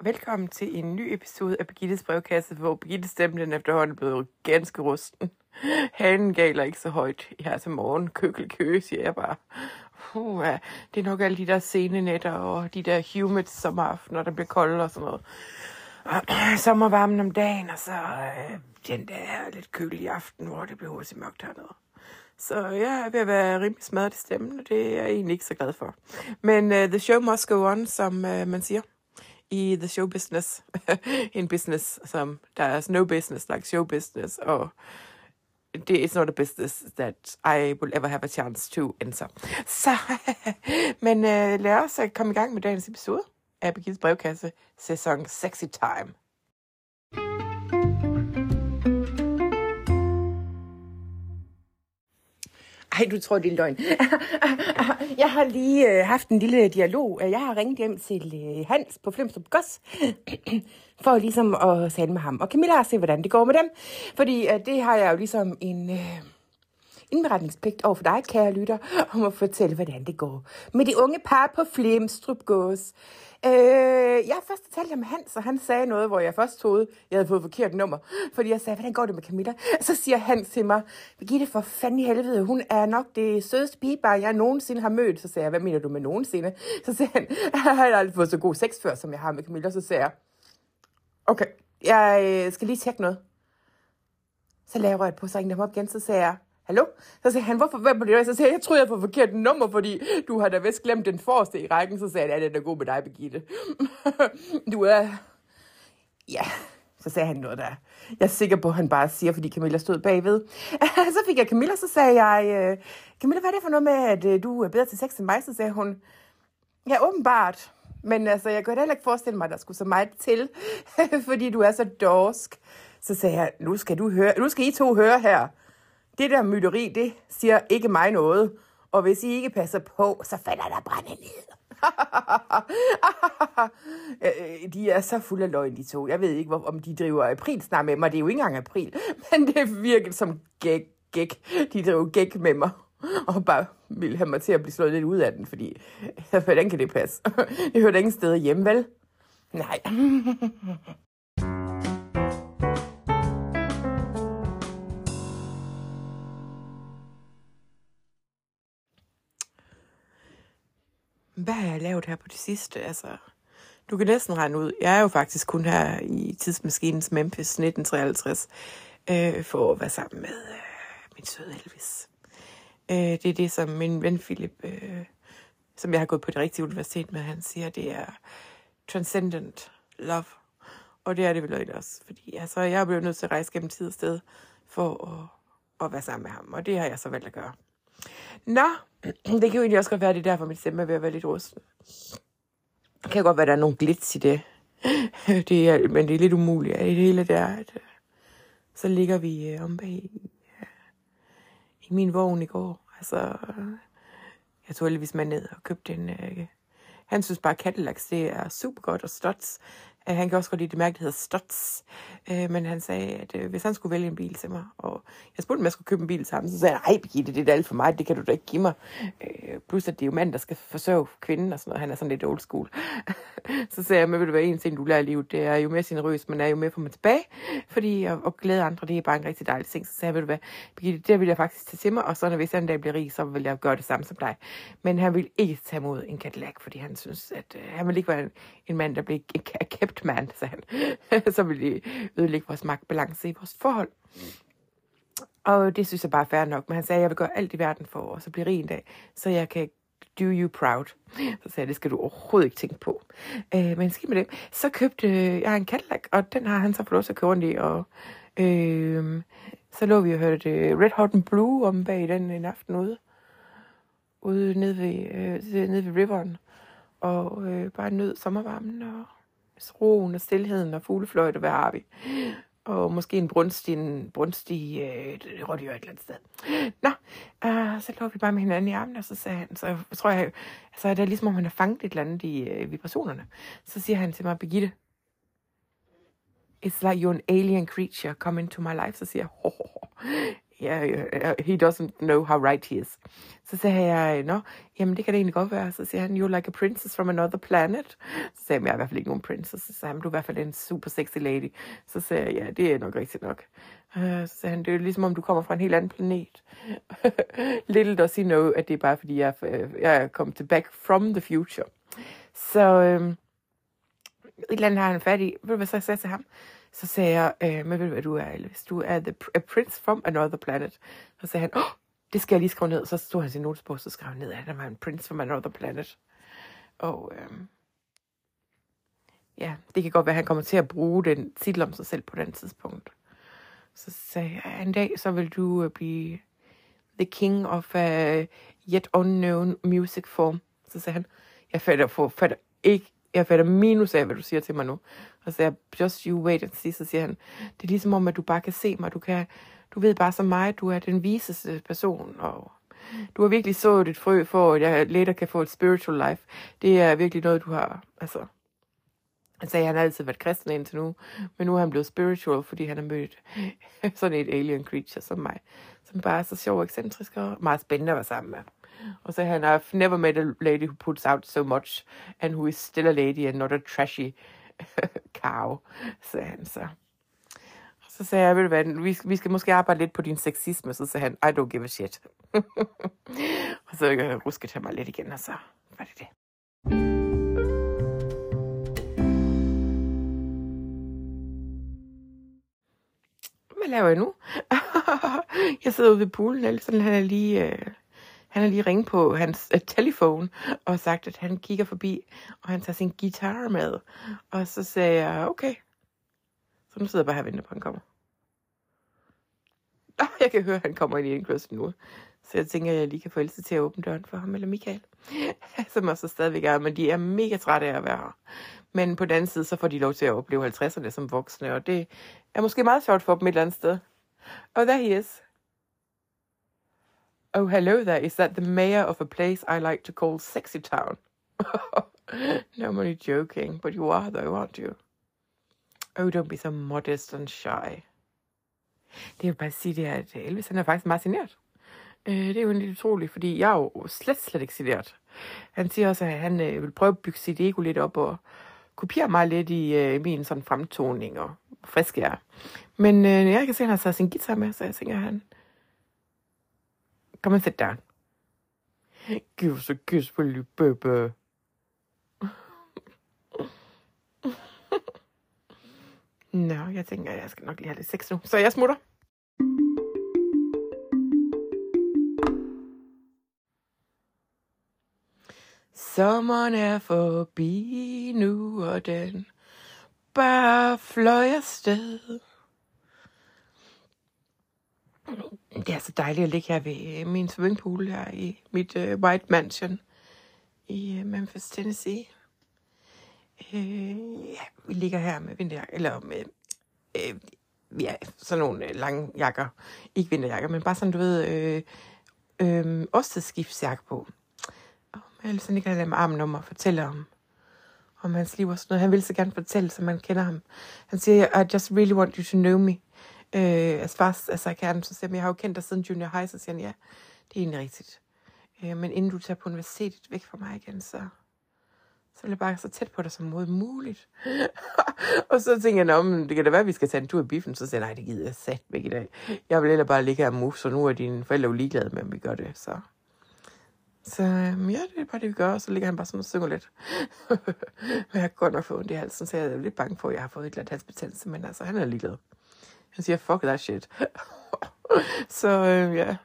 Velkommen til en ny episode af Birgittes brevkasse, hvor Birgittes stemme den efterhånden er blevet ganske rusten. Hanen galer ikke så højt her til morgen. Køkkelkø, siger jeg bare. Ja, det er nok alle de der sene nætter og de der humid sommeraftener, der bliver kolde og sådan noget. Sommervarmen om dagen, og så den der lidt kølige aften, hvor det bliver hurtigt mørkt hernede. Så jeg er ved at være rimelig smadret i stemmen, og det er jeg egentlig ikke så glad for. Men the show must go on, som man siger i the show business. En business, som der er no business like show business, og det is not a business that I will ever have a chance to enter. Så, men lad os komme i gang med dagens episode af Birgittes brevkasse, sæson Sexy Time. Ej, du tror, det er løgn. Jeg har lige haft en lille dialog. Jeg har ringet hjem til Hans på Flemstrup Gods, for ligesom at tale med ham. Og Camilla har set, hvordan det går med dem. Fordi det har jeg jo ligesom en indberetningspligt over for dig, kære lytter, om at fortælle, hvordan det går med de unge par på Flemstrup Gods. Jeg har først talt ham med Hans, og han sagde noget, hvor jeg først troede, jeg havde fået forkert nummer. Fordi jeg sagde, hvordan går det med Camilla? Så siger Hans til mig, Birgitte, for fanden i helvede, hun er nok det sødeste pigebarn, jeg nogensinde har mødt. Så sagde jeg, hvad mener du med nogensinde? Så sagde han, jeg har aldrig fået så god sex før, som jeg har med Camilla. Så sagde jeg, okay, jeg skal lige tjekke noget. Så lavede jeg røret på, så ringte jeg op igen, så sagde jeg, hallo? Så sagde han, hvorfor? Hvem er det? Så sagde jeg troede, jeg havde fået forkert nummer, fordi du har da vist glemt den forreste i rækken. Så sagde jeg, ja, det er god med dig, Birgitte. Du er... Ja, så sagde han noget der. Jeg er sikker på, at han bare siger, fordi Camilla stod bagved. Så fik jeg Camilla, så sagde jeg, Camilla, hvad er det for noget med, at du er bedre til sex end mig? Så sagde hun, ja, åbenbart. Men altså, jeg kan heller ikke forestille mig, at der skulle så meget til, fordi du er så dorsk. Så sagde jeg, nu skal I to høre her. Det der mytteri, det siger ikke mig noget. Og hvis I ikke passer på, så falder der brænde ned. De er så fulde af løgn, de to. Jeg ved ikke, om de driver aprilsnar med mig. Det er jo ikke engang april. Men det virker som gæk. De driver gæk med mig. Og bare ville have mig til at blive slået lidt ud af den. Fordi, hvordan kan det passe? Det hører ingen steder hjemme, vel? Nej. Hvad har jeg lavet her på det sidste? Altså, du kan næsten regne ud. Jeg er jo faktisk kun her i tidsmaskinens Memphis 1953 for at være sammen med min søde Elvis. Det er det, som min ven Philip, som jeg har gået på det rigtige universitet med, han siger, det er transcendent love. Og det er det vel også, fordi altså, jeg er blevet nødt til at rejse gennem tid og sted for at være sammen med ham, og det har jeg så valgt at gøre. Nå, det kan jo egentlig også godt være, det er derfor, mit stemme er ved at være lidt rusten. Det kan godt være, der er nogle glitch i det. Men det er lidt umuligt. Det hele der, at så ligger vi om bag i min vogn i går. Altså, jeg tog heldigvis med ned og købte en... Han synes bare, Cadillacs, det er super godt, og Stutz. Han kan også godt lide det mærke, der hedder Stutz. Men han sagde, at hvis han skulle vælge en bil til mig, og jeg spurgte, om jeg skulle købe en bil sammen, så sagde han, ej Birgitte, det er alt for mig, det kan du da ikke give mig. Plus, at det er jo mand, der skal forsørge kvinden og sådan noget. Han er sådan lidt old school. Så sagde jeg, men vil det være en ting, du lærer i livet, det er jo mere generøs, men er jo mere for mig tilbage, fordi at glæde andre, det er bare en rigtig dejlig ting. Så sagde jeg, ved du hvad, Birgitte, det vil jeg faktisk tage til mig, og så når hvis jeg en dag bliver rig, så vil jeg gøre det samme som dig. Men han vil ikke tage mod en Cadillac, fordi han synes, at han vil ikke være en mand, der bliver kept man, sagde han. Så vil det ødelægge vores magtbalance i vores forhold. Og det synes jeg bare er fair nok. Men han sagde, at jeg vil gøre alt i verden for at blive rig en dag, så jeg kan do you proud. Så sagde jeg, det skal du overhovedet ikke tænke på. Men skidt med det. Så købte jeg en Cadillac, og den har han så fået lov til at køre rundt i. Og så lå vi og hørte Red Hot and Blue om bag den en aften ude nede ved riveren. Og bare nød sommervarmen og roen og stilheden og fuglefløjt og hvad har vi. Og måske en brunstig rådyr et eller andet sted. Nå, så lå vi bare med hinanden i armen, og så sagde han, så tror jeg, altså det er ligesom om han har fanget et eller andet i vibrationerne. Så siger han til mig, Birgitte, it's like you're an alien creature coming to my life. Så siger jeg, he doesn't know how right he is. Så sagde jeg, nå, jamen det kan det egentlig godt være. Så siger han, you're like a princess from another planet. Så sagde jeg, jeg er i hvert fald ikke nogen princess. Så sagde han, du er i hvert fald en super sexy lady. Så sagde jeg, ja, det er nok rigtigt nok. Så sagde han, det er ligesom om du kommer fra en helt anden planet. Little does he know, at det er bare fordi, jeg er kommet back from the future. Så et eller andet har han fat i. Ved du hvad, så jeg sagde til ham? Så sagde jeg, men ved du hvad du er, Elvis? Du er a prince from another planet. Så sagde han, det skal jeg lige skrive ned. Så stod han sin notesbog, så skrev han ned, at han var en prince from another planet. Og ja, det kan godt være, at han kommer til at bruge den titel om sig selv på den tidspunkt. Så sagde jeg, en dag så vil du blive the king of a yet unknown music form. Så sagde han, jeg fatter minus af, hvad du siger til mig nu. Og så sagde jeg, just you wait and see. Så siger han, det er ligesom om, at du bare kan se mig. Du ved bare som mig, du er den viseste person. Og du har virkelig sået et frø for, at jeg later kan få et spiritual life. Det er virkelig noget, du har, altså. Han sagde, at han har altid været kristen indtil nu. Men nu er han blevet spiritual, fordi han har mødt sådan et alien creature som mig. Som bare er så sjov og ekscentrisk og meget spændende at være sammen med. Og så han, I've never met a lady who puts out so much, and who is still a lady and not a trashy cow, sagde han så. Og så sagde jeg, ved du hvad, vi skal måske arbejde lidt på din sexisme, så sagde han, I don't give a shit. Og så ruskede han mig lidt igen, og så var det det. Hvad laver jeg nu? Jeg sidder ude ved poolen, eller sådan, han har lige ringet på hans telefon og sagt, at han kigger forbi, og han tager sin guitar med. Og så sagde jeg, okay. Så nu sidder jeg bare her og venter på, at han kommer. Jeg kan høre, at han kommer ind i indkørslen nu. Så jeg tænker, at jeg lige kan få Else til at åbne døren for ham, eller Michael. Som også stadigvæk er, men de er mega trætte af at være her. Men på den anden side, så får de lov til at opleve 50'erne som voksne, og det er måske meget sjovt for dem et eller andet sted. Oh, there he is. Oh, hello there. Is that the mayor of a place I like to call Sexy Town? No, I'm only joking, but you are though, aren't you? Oh, don't be so modest and shy. Det vil bare sige, det er, at Elvis han er faktisk meget genert. Det er jo lidt utroligt, fordi jeg er jo slet ikke genert. Han siger også, at han vil prøve at bygge sit ego lidt op og kopiere mig lidt i min sådan fremtoning og frisk jeg er. Men jeg kan se, at han har taget sin guitar med, så jeg tænker, han... Come and sit down. Give us a kiss, will you, baby? Nå, jeg tænker, jeg skal nok lige have lidt sex nu. Så jeg smutter. Sommeren er forbi nu, og den bare fløj afsted. Det er så dejligt at ligge her ved min swimmingpool her i mit White Mansion i Memphis, Tennessee. Ja, vi ligger her med vinterjakker, eller med sådan nogle lange jakker. Ikke vinterjakker, men bare sådan, du ved, årstidsskiftsjakke på. Og ellers ligger han med armen om og fortæller om hans liv og sådan noget. Han vil så gerne fortælle, så man kender ham. Han siger, I just really want you to know me. As fast as I can. Så siger han, jeg har jo kendt dig siden junior high. Så siger han, ja, det er egentlig rigtigt. Men inden du tager på universitetet væk fra mig igen, så vil jeg bare så tæt på dig som muligt. Og så tænker jeg, det kan da være, at vi skal tage en tur i biffen. Så siger jeg, nej, det gider jeg sat væk i dag. Jeg vil ellers bare ligge her og move, så nu er dine forældre jo ligeglade med, om vi gør det. Så ja, det er bare det, vi gør. Og så ligger han bare sådan og synger lidt. Men jeg kan godt nok få ondt i halsen, så jeg er lidt bange for, at jeg har fået et eller andet halsbetændelse. Men altså, han er ligeglad. Han siger, fuck that shit. Så ja.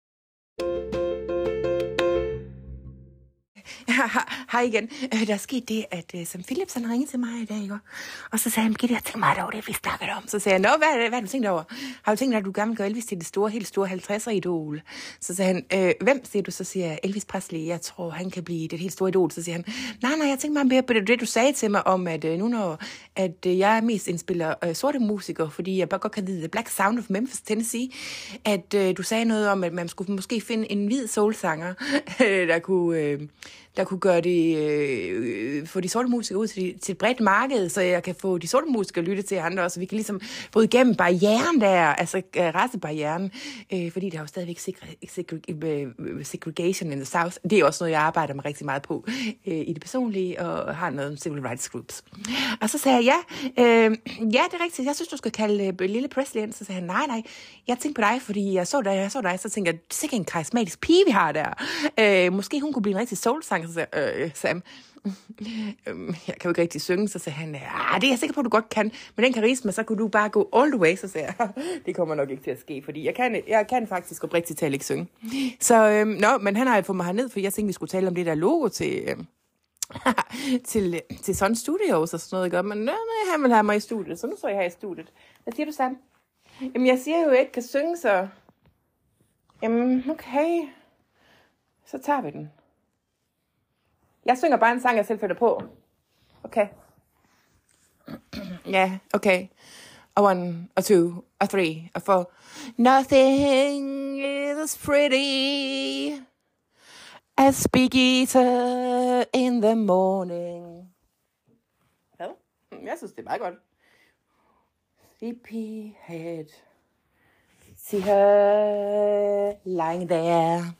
Hej igen. Der er sket det, at som Philips han ringede til mig i dag, ikke? Og så sagde han, Gitte, jeg tænkte mig, det var det, vi snakkede om. Så sagde han, hvad har du tænkt over? Har du tænkt dig, at du gerne vil gøre Elvis til det helt store 50'er-idol? Så sagde han, hvem siger du? Så siger jeg, Elvis Presley, jeg tror, han kan blive det helt store idol. Så siger han, nej, jeg tænkte mig mere på det, du sagde til mig om, at nu når at jeg er mest indspiller sorte musikere, fordi jeg bare godt kan lide The Black Sound of Memphis, Tennessee, at du sagde noget om, at man skulle måske finde en hvid soulsanger, der kunne gøre det, få de sorte musikere ud til et bredt marked, så jeg kan få de sorte musikere lytte til andre også, så vi kan ligesom bryde igennem barrieren der, altså racebarrieren, fordi der er jo stadigvæk segregation in the South. Det er også noget, jeg arbejder med rigtig meget på i det personlige, og har noget civil rights groups. Og så sagde jeg, ja, det er rigtigt, jeg synes, du skal kalde Lille Presley ind. Så sagde han, nej, jeg tænkte på dig, fordi jeg så dig, så tænkte jeg, sikkert en karismatisk pige, vi har der. Måske hun kunne blive en rigtig soul-sanger, så sagde Sam. Jeg kan jo ikke rigtig synge, så sagde han, det er jeg sikker på, du godt kan. Med den karisma, så kunne du bare gå all the way, så sagde jeg, det kommer nok ikke til at ske, fordi jeg kan faktisk oprigtigt talt ikke synge. Så, men han har fået mig herned, for jeg tænkte, vi skulle tale om det der logo til Sun Studios og sådan noget, ikke? Men nej, han vil have mig i studiet, så nu står jeg her i studiet. Hvad siger du, Sam? Jamen, jeg siger jo, at jeg ikke kan synge, så... Jamen, okay. Så tager vi den. Jeg synger bare en sang, jeg selv finder på. Okay. Ja, okay. Og 1, og 2, og 3, og 4. Nothing is pretty as big eater in the morning. Ja, jeg synes, det er meget godt. Sleepyhead. See her lying there.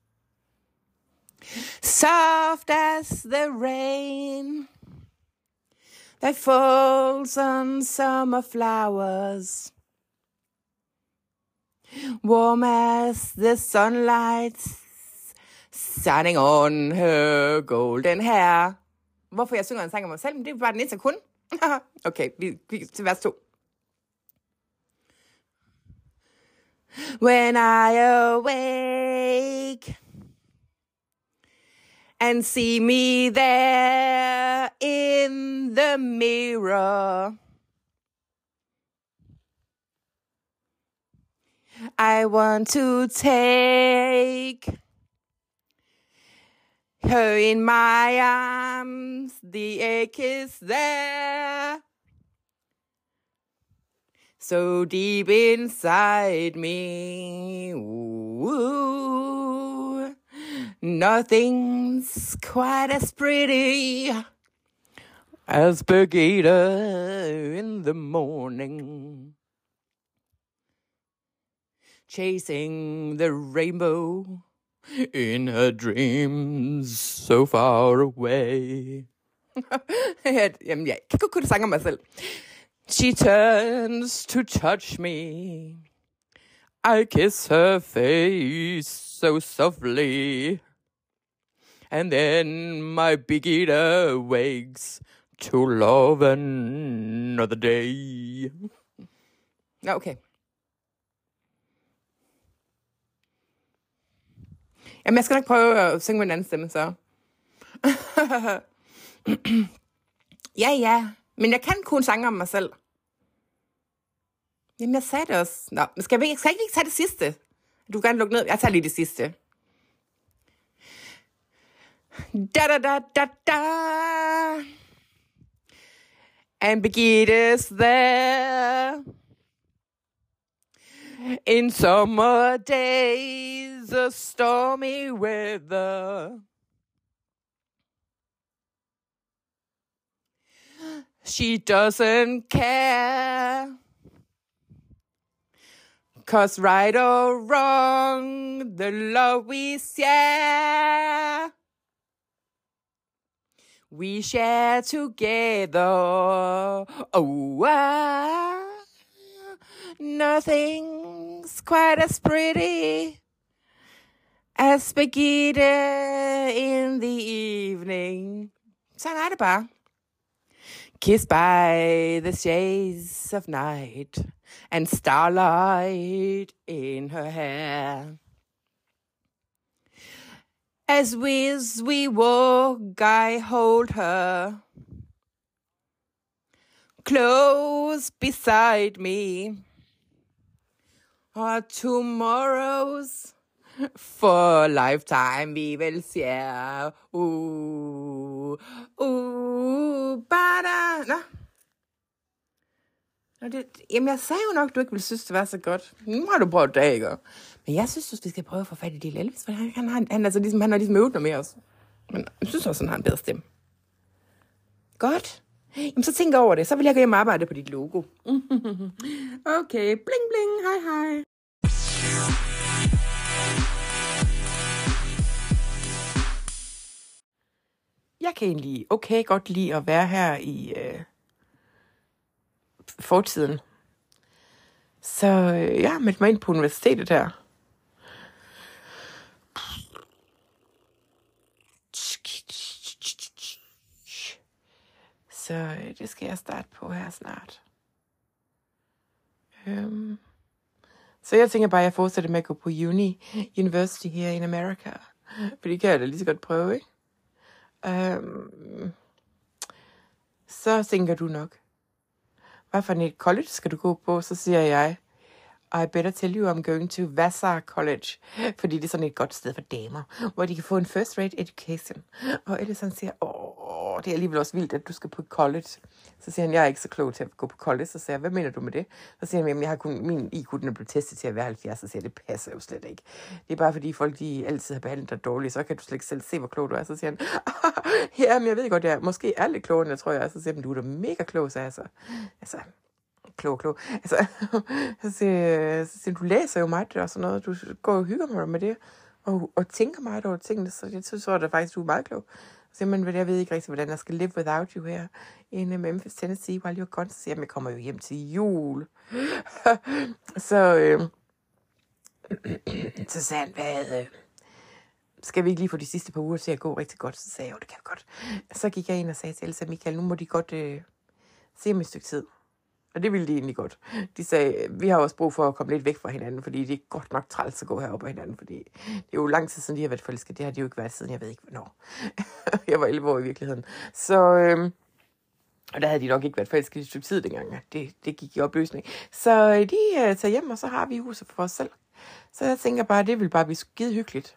Soft as the rain that falls on summer flowers. Warm as the sunlight shining on her golden hair. Hvorfor jeg synger en sang om mig selv? Men det er bare den 1 sekund. Okay, vi til vers 2. When I awake and see me there in the mirror, I want to take her in my arms, the ache is there, so deep inside me. Ooh, nothing's quite as pretty as Birgitta in the morning, chasing the rainbow in her dreams so far away. Jamen, jeg kan godt kunne sange om mig selv. She turns to touch me. I kiss her face so softly. And then my Birgitta wakes to love another day. Okay. Jamen, jeg skal nok prøve at synge med en anden stemme, så. Ja. Men jeg kan kun sange om mig selv. Jamen, jeg sagde det også. Nå, men skal jeg ikke tage det sidste? Du kan gerne lukke ned. Jeg tager lige det sidste. Da. And Birgitta's there. In summer days of stormy weather. She doesn't care, 'cause right or wrong, the love we share, we share together. Oh, nothing's quite as pretty as Birgitta in the evening. Sådan er det bare. Kissed by the shades of night and starlight in her hair. As we walk, I hold her close beside me. Or tomorrow's for a lifetime we will share. Bada. Nå. Jamen, jeg sagde jo nok, du ikke ville synes, det var så godt. Nu har du prøvet det, ikke? Men jeg synes, vi skal prøve at få fat i Lille Elvis, for han har ligesom øvet noget med os. Men jeg synes også, han har en bedre stemme. Godt. Jamen, så tænk over det. Så vil jeg gå hjem og arbejde på dit logo. Okay, bling bling, hej hej. Jeg kan egentlig godt lide at være her i fortiden. Så jeg har meldt mig ind på universitetet her. Så det skal jeg starte på her snart. Så jeg tænker bare, at jeg fortsætter med at gå på university her i Amerika. For det kan jeg da lige så godt prøve, ikke? Så tænker du nok, hvad for et college skal du gå på? Så siger jeg, I better tell you I'm going to Vassar College. Fordi det er sådan et godt sted for damer, hvor de kan få en first rate education. Og ellers han siger, det er alligevel også vildt, at du skal på college. Så siger han, jeg er ikke så klog til at gå på college. Så siger jeg, hvad mener du med det? Så siger han, jamen, jeg har kun min IQ, den er blevet testet til at være 70. Så siger jeg, det passer jo slet ikke. Det er bare fordi folk, de altid har behandlet dig dårligt, så kan du slet ikke selv se, hvor klog du er. Så siger han, ja, men jeg ved godt, jeg måske er lidt klogere, end jeg tror, jeg er. Så siger han, du er da mega klog, så altså klog. Altså, så siger du læser jo meget og sådan noget. Du går og hygger mig med det, og tænker meget over tingene, så jeg synes da faktisk, du er meget klog. Så siger man, jeg ved ikke rigtig, hvordan jeg skal live without you her i Memphis, Tennessee, while you're gone. Så siger jeg kommer jo hjem til jul. Så sagde han, hvad skal vi ikke lige få de sidste par uger til at gå rigtig godt? Så sagde jeg, det kan jeg godt. Så gik jeg ind og sagde til Elsa og Michael, nu må de godt se mig et stykke tid. Og det ville de egentlig godt. De sagde, vi har også brug for at komme lidt væk fra hinanden, fordi det er godt nok træls at gå heroppe af hinanden, fordi det er jo lang tid siden, de har været forelsket. Det har de jo ikke været siden, jeg ved ikke hvornår. Jeg var 11 år i virkeligheden. Så, og der havde de nok ikke været forelsket i et stykke tid dengang. Det gik i opløsning. Så de tager hjem, og så har vi huset for os selv. Så jeg tænker bare, det vil bare blive skide hyggeligt.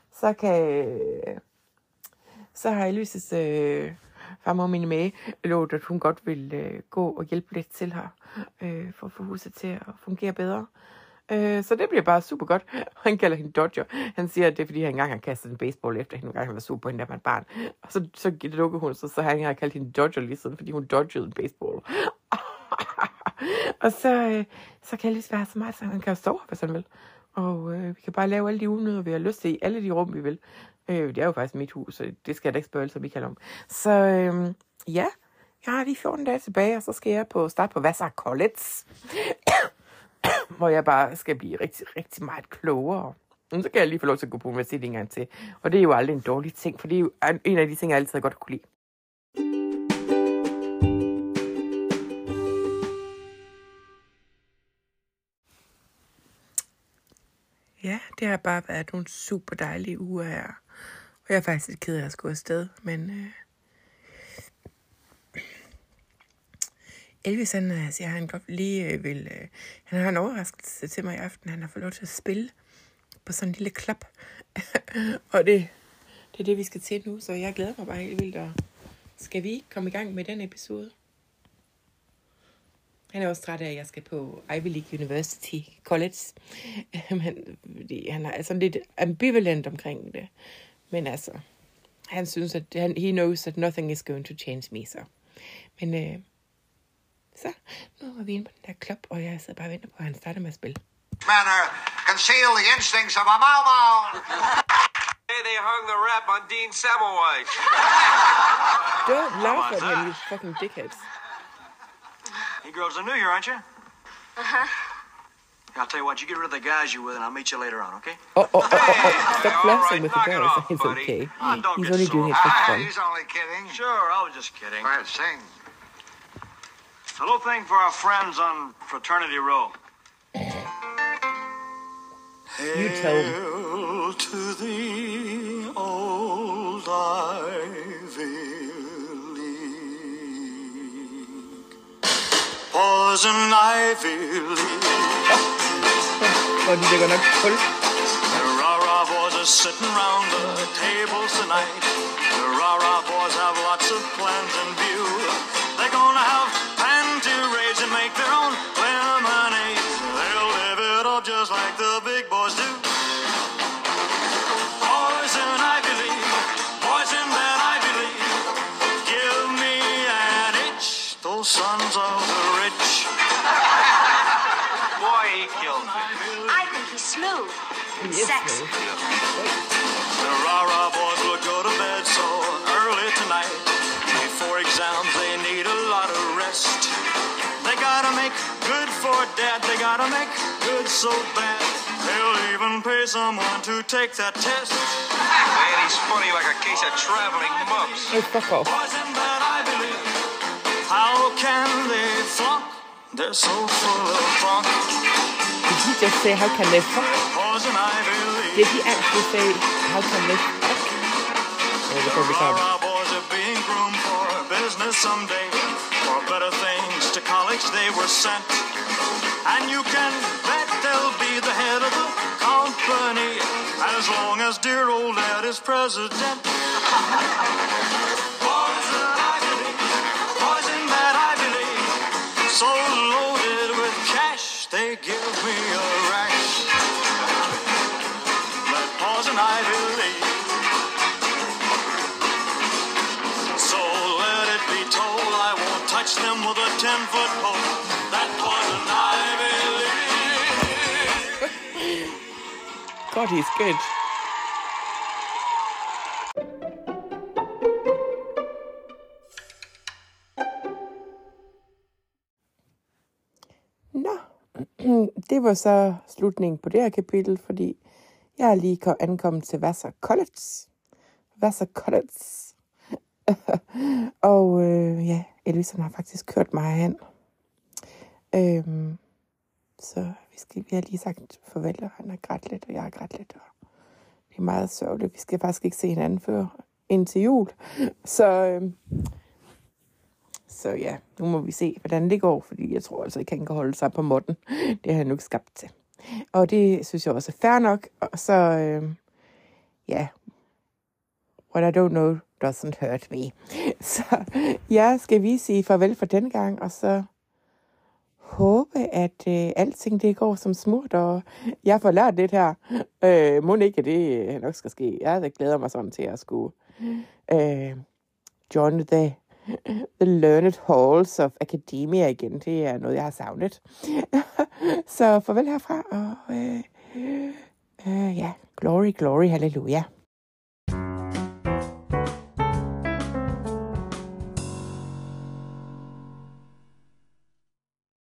Så har Louises farmor Mine Mae lovet, at hun godt vil gå og hjælpe lidt til her, for at få huset til at fungere bedre. Så det bliver bare super godt. Han kalder hende Dodger. Han siger, at det er, fordi han engang har kastet en baseball efter hende, engang han var super på hende, der var et barn. Og så lukker hun, så han har kaldt hende Dodger lige siden, fordi hun dodgede en baseball. Og så kan jeg lige være så meget, så han kan jo stå her, hvis han vil. Og vi kan bare lave alle de unødder, vi har lyst til i alle de rum, vi vil. Det er jo faktisk mit hus, så det skal jeg da ikke spørge, som vi kalder om. Så ja, jeg har lige 14 dage tilbage, og så skal jeg starte på Vassar College, hvor jeg bare skal blive rigtig, rigtig meget klogere. Og så kan jeg lige få lov til at gå på universitet en gang til. Og det er jo aldrig en dårlig ting, for det er jo en af de ting, jeg altid har godt kunne lide. Ja, det har bare været nogle super dejlige uger her. Og jeg er faktisk lidt ked af at skulle afsted, men Elvis, han siger, han godt lige vil. Han har en overraskelse til mig i aften. Han har fået lov til at spille på sådan en lille klap. Og det er det, vi skal til nu, så jeg glæder mig bare helt vildt. Og skal vi komme i gang med den episode? Han er også træt af, at jeg skal på Ivy League University College. Han er altså lidt ambivalent omkring det. Men altså, han synes, at he knows that nothing is going to change me, så. Men så, nu er vi inde på den der klub, og jeg sidder bare og venter på, at han starter med at spille. Manner conceal the instincts of a mau-mau. Hey, they hung the rap on Dean Semmelweis. Don't laugh at him, you fucking dickheads. You girls are new here, aren't you? Uh-huh. I'll tell you what, you get rid of the guys you're with, and I'll meet you later on, okay? Stop flirting with the knock it girls. off, It's buddy. okay. Don't He's get only sore. doing it for fun. He's only kidding. Sure, I was just kidding. Go ahead, sing. A little thing for our friends on Fraternity Row. You tell him. Hail to the old Ivy League. Poison Ivy League. Og de ligger nok kul. The rah-rah boys are sitting round the tables tonight. The rah-rah boys have lots of plans in view. They're gonna have panty raids and make their own lemonade. They'll live it up just like the big boys do. Boys in Ivy League, boys in sons of the rich. Boy, he killed me. I think he's smooth and sexy. The rah-rah boys will go to bed so early tonight. Before exams, they need a lot of rest. They gotta make good for dad. They gotta make good so bad. They'll even pay someone to take that test. Man, he's funny like a case of traveling mumps. Hey, fuck off. Poison that I believe. How can they flunk? They're so full of funk. Did he just say, how can they fuck? Poison I believe. Did he actually say, how can they fuck? Oh, before we come. Our boys are being groomed for business someday. For better things to college they were sent. And you can bet they'll be the head of the company as long as dear old dad is president. Poison I believe, poison that I believe. So loaded with cash, they give me a rash. That poison I believe. So let it be told, I won't touch them with a 10-foot pole. That poison I believe. God, he's good. Nå, det var så slutningen på det her kapitel, fordi jeg er lige ankommet til Vassar College. Vassar College. Og ja, Elvisen har faktisk kørt mig hen. Så vi har lige sagt farvel, og han har grædt lidt, og jeg har grædt lidt. Og det er meget sørgeligt. Vi skal faktisk ikke se hinanden før indtil jul. Så ja, nu må vi se, hvordan det går, fordi jeg tror altså ikke, han kan holde sig på måtten. Det har han nok skabt til. Og det synes jeg også er fair nok. Og så, ja, what I don't know doesn't hurt me. Så ja, skal vi sige farvel for denne gang, og så håbe, at alting det går som smurt, og jeg får lært lidt her. Må ikke, at det nok skal ske. Jeg glæder mig sådan til at skulle join the learned halls of academia igen. Det er noget, jeg har savnet. Så farvel herfra, og ja, glory, glory, halleluja.